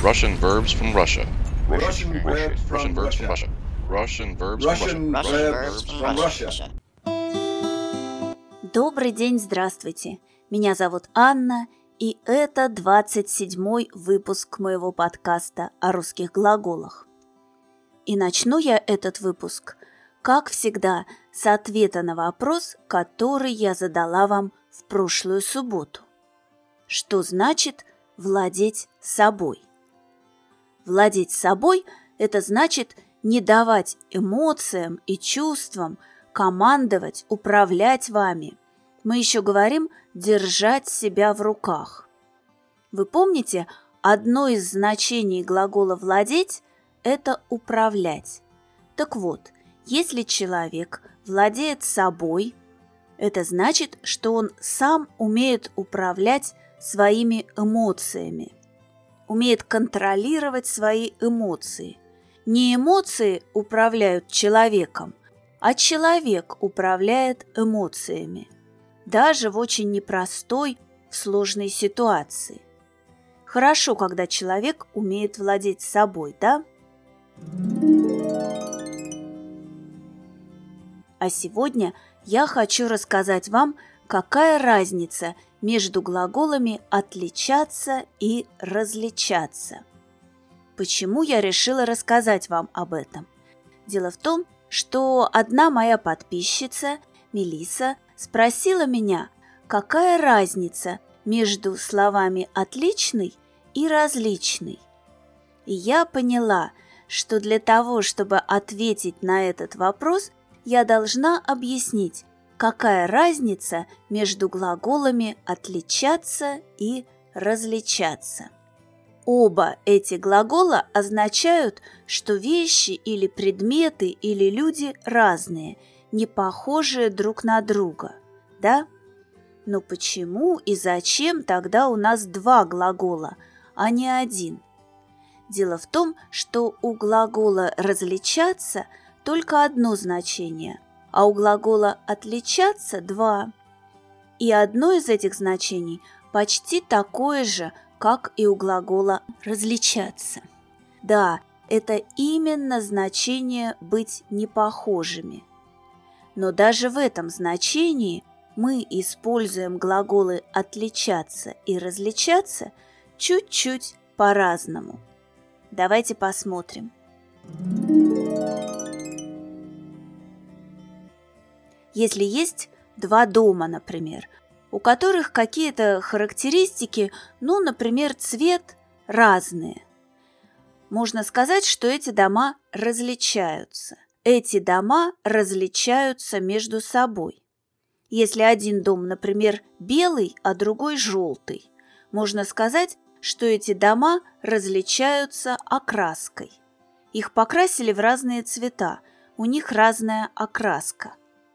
Russian verbs from Russia. Russian verbs Russian from verbs from Russia. Russia. Russian verbs Russian from Russia. verbs from Russia. Добрый день, здравствуйте. Меня зовут Анна, и это 27-й выпуск моего подкаста о русских глаголах. И начну я этот выпуск, как всегда, с ответа на вопрос, который я задала вам в прошлую субботу. Что значит владеть собой? Владеть собой – это значит не давать эмоциям и чувствам командовать, управлять вами. Мы еще говорим «держать себя в руках». Вы помните, одно из значений глагола «владеть» – это «управлять». Так вот, если человек владеет собой, это значит, что он сам умеет управлять своими эмоциями, умеет контролировать свои эмоции. Не эмоции управляют человеком, а человек управляет эмоциями, даже в очень непростой, сложной ситуации. Хорошо, когда человек умеет владеть собой, да? А сегодня я хочу рассказать вам, какая разница между глаголами «отличаться» и «различаться». Почему я решила рассказать вам об этом? Дело в том, что одна моя подписчица, Мелисса, спросила меня, какая разница между словами «отличный» и «различный». И я поняла, что для того, чтобы ответить на этот вопрос, я должна объяснить, какая разница между глаголами «отличаться» и «различаться». Оба эти глагола означают, что вещи или предметы или люди разные, не похожие друг на друга, да? Но почему и зачем тогда у нас два глагола, а не один? Дело в том, что у глагола «различаться» только одно значение, а у глагола «отличаться» два. И одно из этих значений почти такое же, как и у глагола «различаться». Да, это именно значение «быть непохожими». Но даже в этом значении мы используем глаголы «отличаться» и «различаться» чуть-чуть по-разному. Давайте посмотрим. Если есть два дома, например, у которых какие-то характеристики, например, цвет разные, можно сказать, что эти дома различаются. Эти дома различаются между собой. Если один дом, например, белый, а другой желтый, можно сказать, что эти дома различаются окраской. Их покрасили в разные цвета, у них разная окраска.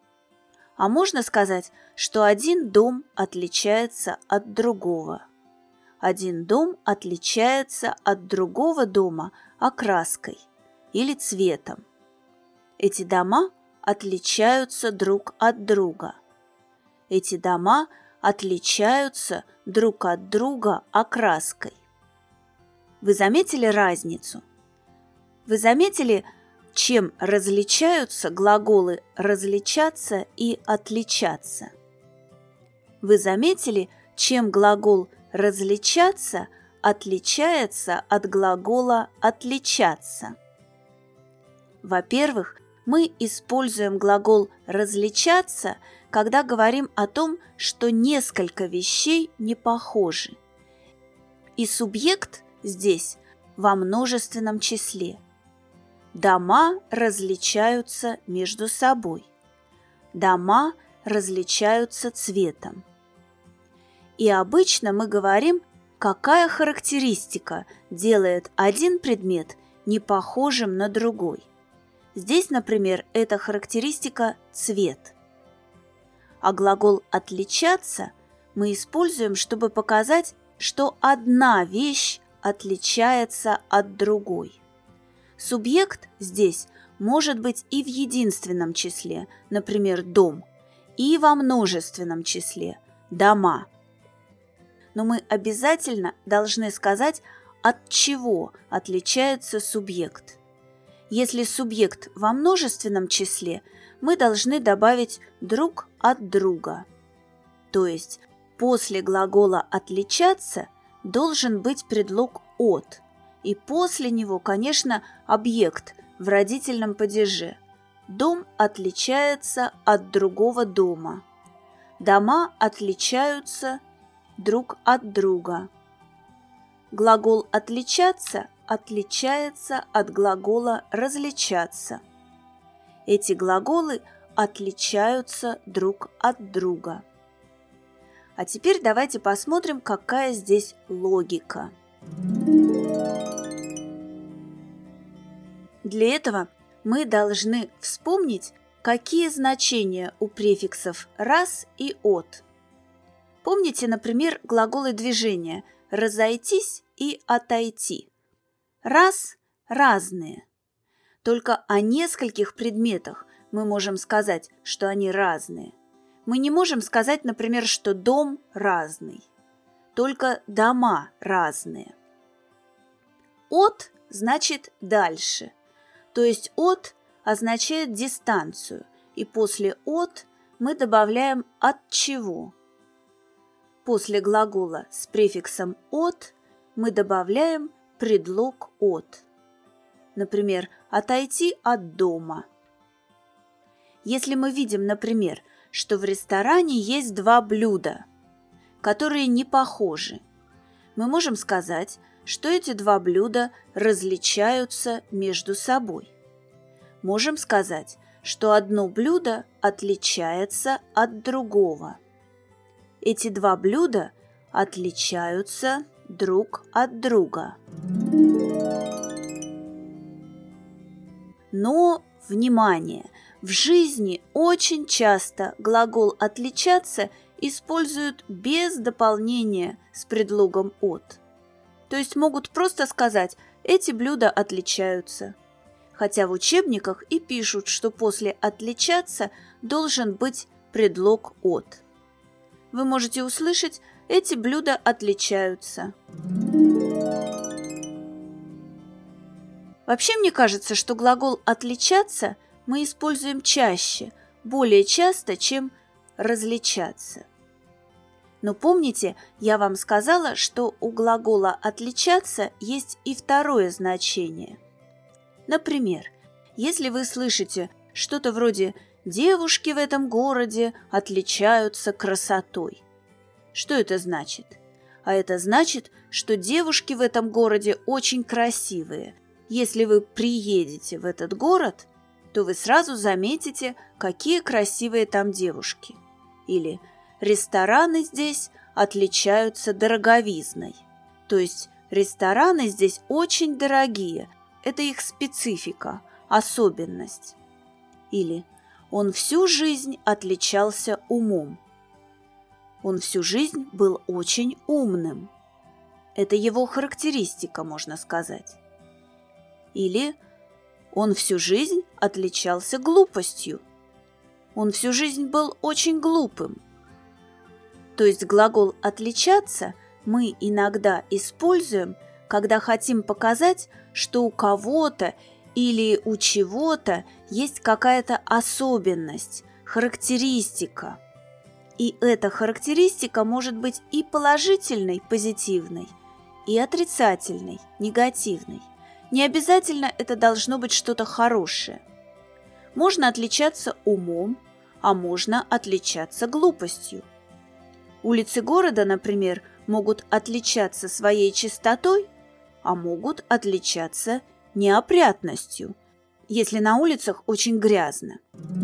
А можно сказать, что один дом отличается от другого. Один дом отличается от другого дома окраской или цветом. Эти дома отличаются друг от друга. Эти дома отличаются друг от друга окраской. Вы заметили разницу? Вы заметили, чем различаются глаголы «различаться» и «отличаться»? Вы заметили, чем глагол «различаться» отличается от глагола «отличаться»? Во-первых, мы используем глагол «различаться», когда говорим о том, что несколько вещей не похожи. И субъект здесь во множественном числе. Дома различаются между собой. Дома различаются цветом. И обычно мы говорим, какая характеристика делает один предмет не похожим на другой. Здесь, например, эта характеристика цвет. А глагол «отличаться» мы используем, чтобы показать, что одна вещь отличается от другой. Субъект здесь может быть и в единственном числе, например, дом, и во множественном числе – дома. Но мы обязательно должны сказать от чего отличается субъект. Если субъект во множественном числе, мы должны добавить друг от друга. То есть после глагола «отличаться» должен быть предлог «от», и после него, конечно, объект в родительном падеже. Дом отличается от другого дома. Дома отличаются друг от друга. Глагол «отличаться» отличается от глагола «различаться». Эти глаголы отличаются друг от друга. А теперь давайте посмотрим, какая здесь логика. Для этого мы должны вспомнить, какие значения у префиксов «раз» и «от». Помните, например, глаголы движения «разойтись» и «отойти». «Раз» – разные. Только о нескольких предметах мы можем сказать, что они разные. Мы не можем сказать, например, что дом разный. Только дома разные. «От» значит «дальше». То есть «от» означает дистанцию, и после «от» мы добавляем «от чего». После глагола с префиксом «от» мы добавляем предлог «от». Например, «отойти от дома». Если мы видим, например, что в ресторане есть два блюда, которые не похожи, мы можем сказать, что эти два блюда различаются между собой. Можем сказать, что одно блюдо отличается от другого. Эти два блюда отличаются друг от друга. Но, внимание, в жизни очень часто глагол «отличаться» используют без дополнения с предлогом «от». То есть могут просто сказать «эти блюда отличаются». Хотя в учебниках и пишут, что после «отличаться» должен быть предлог «от». Вы можете услышать «эти блюда отличаются». Вообще, мне кажется, что глагол «отличаться» мы используем чаще, более часто, чем «различаться». Но помните, я вам сказала, что у глагола «отличаться» есть и второе значение. Например, если вы слышите что-то вроде «девушки в этом городе отличаются красотой». Что это значит? А это значит, что девушки в этом городе очень красивые. Если вы приедете в этот город, то вы сразу заметите, какие красивые там девушки. Или рестораны здесь отличаются дороговизной. То есть рестораны здесь очень дорогие. Это их специфика, особенность. Или он всю жизнь отличался умом. Он всю жизнь был очень умным. Это его характеристика, можно сказать. Или он всю жизнь отличался глупостью. Он всю жизнь был очень глупым. То есть глагол «отличаться» мы иногда используем, когда хотим показать, что у кого-то или у чего-то есть какая-то особенность, характеристика. И эта характеристика может быть и положительной, позитивной, и отрицательной, негативной. Не обязательно это должно быть что-то хорошее. Можно отличаться умом, а можно отличаться глупостью. Улицы города, например, могут отличаться своей чистотой, а могут отличаться неопрятностью, если на улицах очень грязно.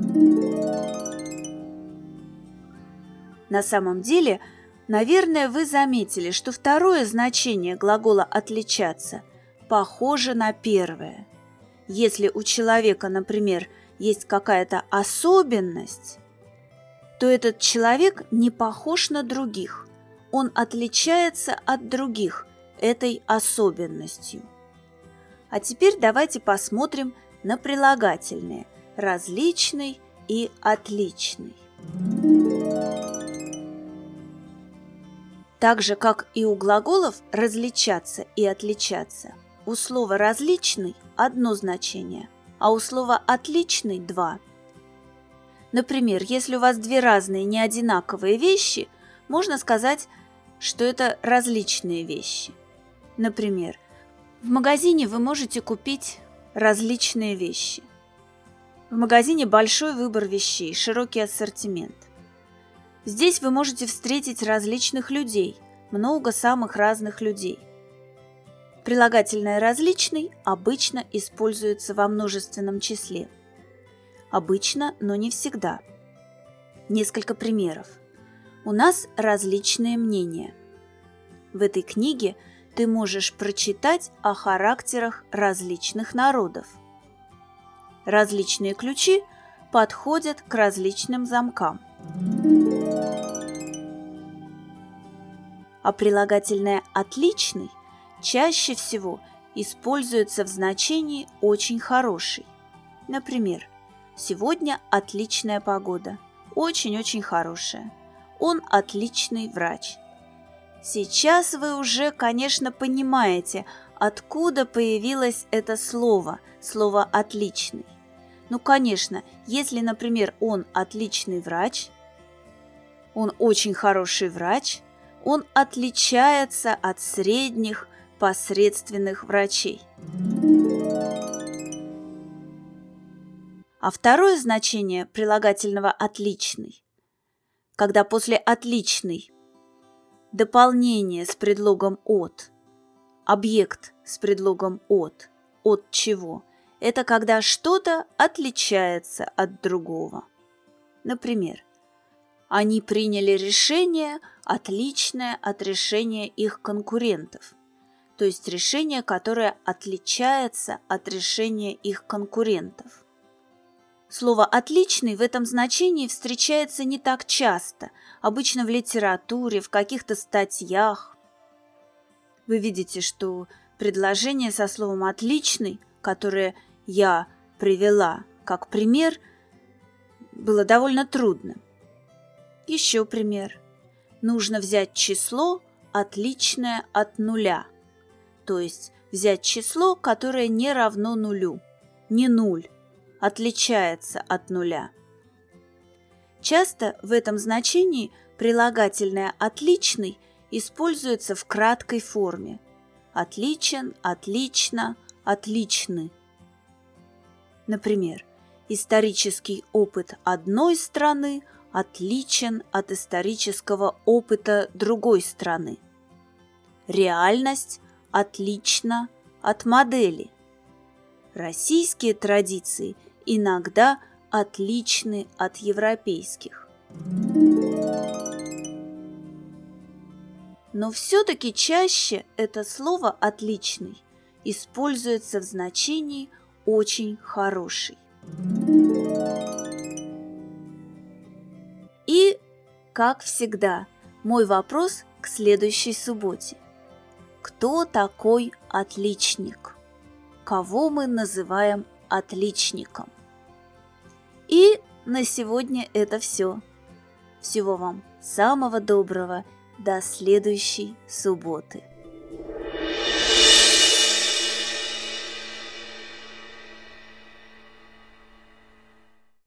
На самом деле, наверное, вы заметили, что второе значение глагола «отличаться» похоже на первое. Если у человека, например, есть какая-то особенность, то этот человек не похож на других. Он отличается от других этой особенностью. А теперь давайте посмотрим на прилагательные «различный» и «отличный». Так же, как и у глаголов «различаться» и «отличаться», у слова «различный» одно значение, а у слова «отличный» два. Например, если у вас две разные неодинаковые вещи, можно сказать, что это различные вещи. Например, в магазине вы можете купить различные вещи. В магазине большой выбор вещей, широкий ассортимент. Здесь вы можете встретить различных людей, много самых разных людей. Прилагательное «различный» обычно используется во множественном числе. Обычно, но не всегда. Несколько примеров. У нас различные мнения. В этой книге ты можешь прочитать о характерах различных народов. Различные ключи подходят к различным замкам. А прилагательное «отличный» чаще всего используется в значении «очень хороший». Например, сегодня отличная погода, очень-очень хорошая. Он отличный врач. Сейчас вы уже, конечно, понимаете, откуда появилось это слово «отличный». Ну, конечно, если, например, он отличный врач, он очень хороший врач, он отличается от средних, посредственных врачей. А второе значение прилагательного «отличный», когда после «отличный» дополнение с предлогом «от», объект с предлогом «от», от чего, это когда что-то отличается от другого. Например, они приняли решение, отличное от решения их конкурентов, то есть решение, которое отличается от решения их конкурентов. Слово «отличный» в этом значении встречается не так часто, обычно в литературе, в каких-то статьях. Вы видите, что предложение со словом «отличный», которое я привела как пример, было довольно трудным. Еще пример. Нужно взять число, отличное от нуля, то есть взять число, которое не равно нулю, не нуль, отличается от нуля. Часто в этом значении прилагательное «отличный» используется в краткой форме. Отличен, отлично, отличны. Например, исторический опыт одной страны отличен от исторического опыта другой страны. Реальность отлична от модели. Российские традиции иногда отличны от европейских. Но все-таки чаще это слово «отличный» используется в значении «очень хороший». И, как всегда, мой вопрос к следующей субботе. Кто такой отличник? Кого мы называем отличником? И на сегодня это все. Всего вам самого доброго. До следующей субботы.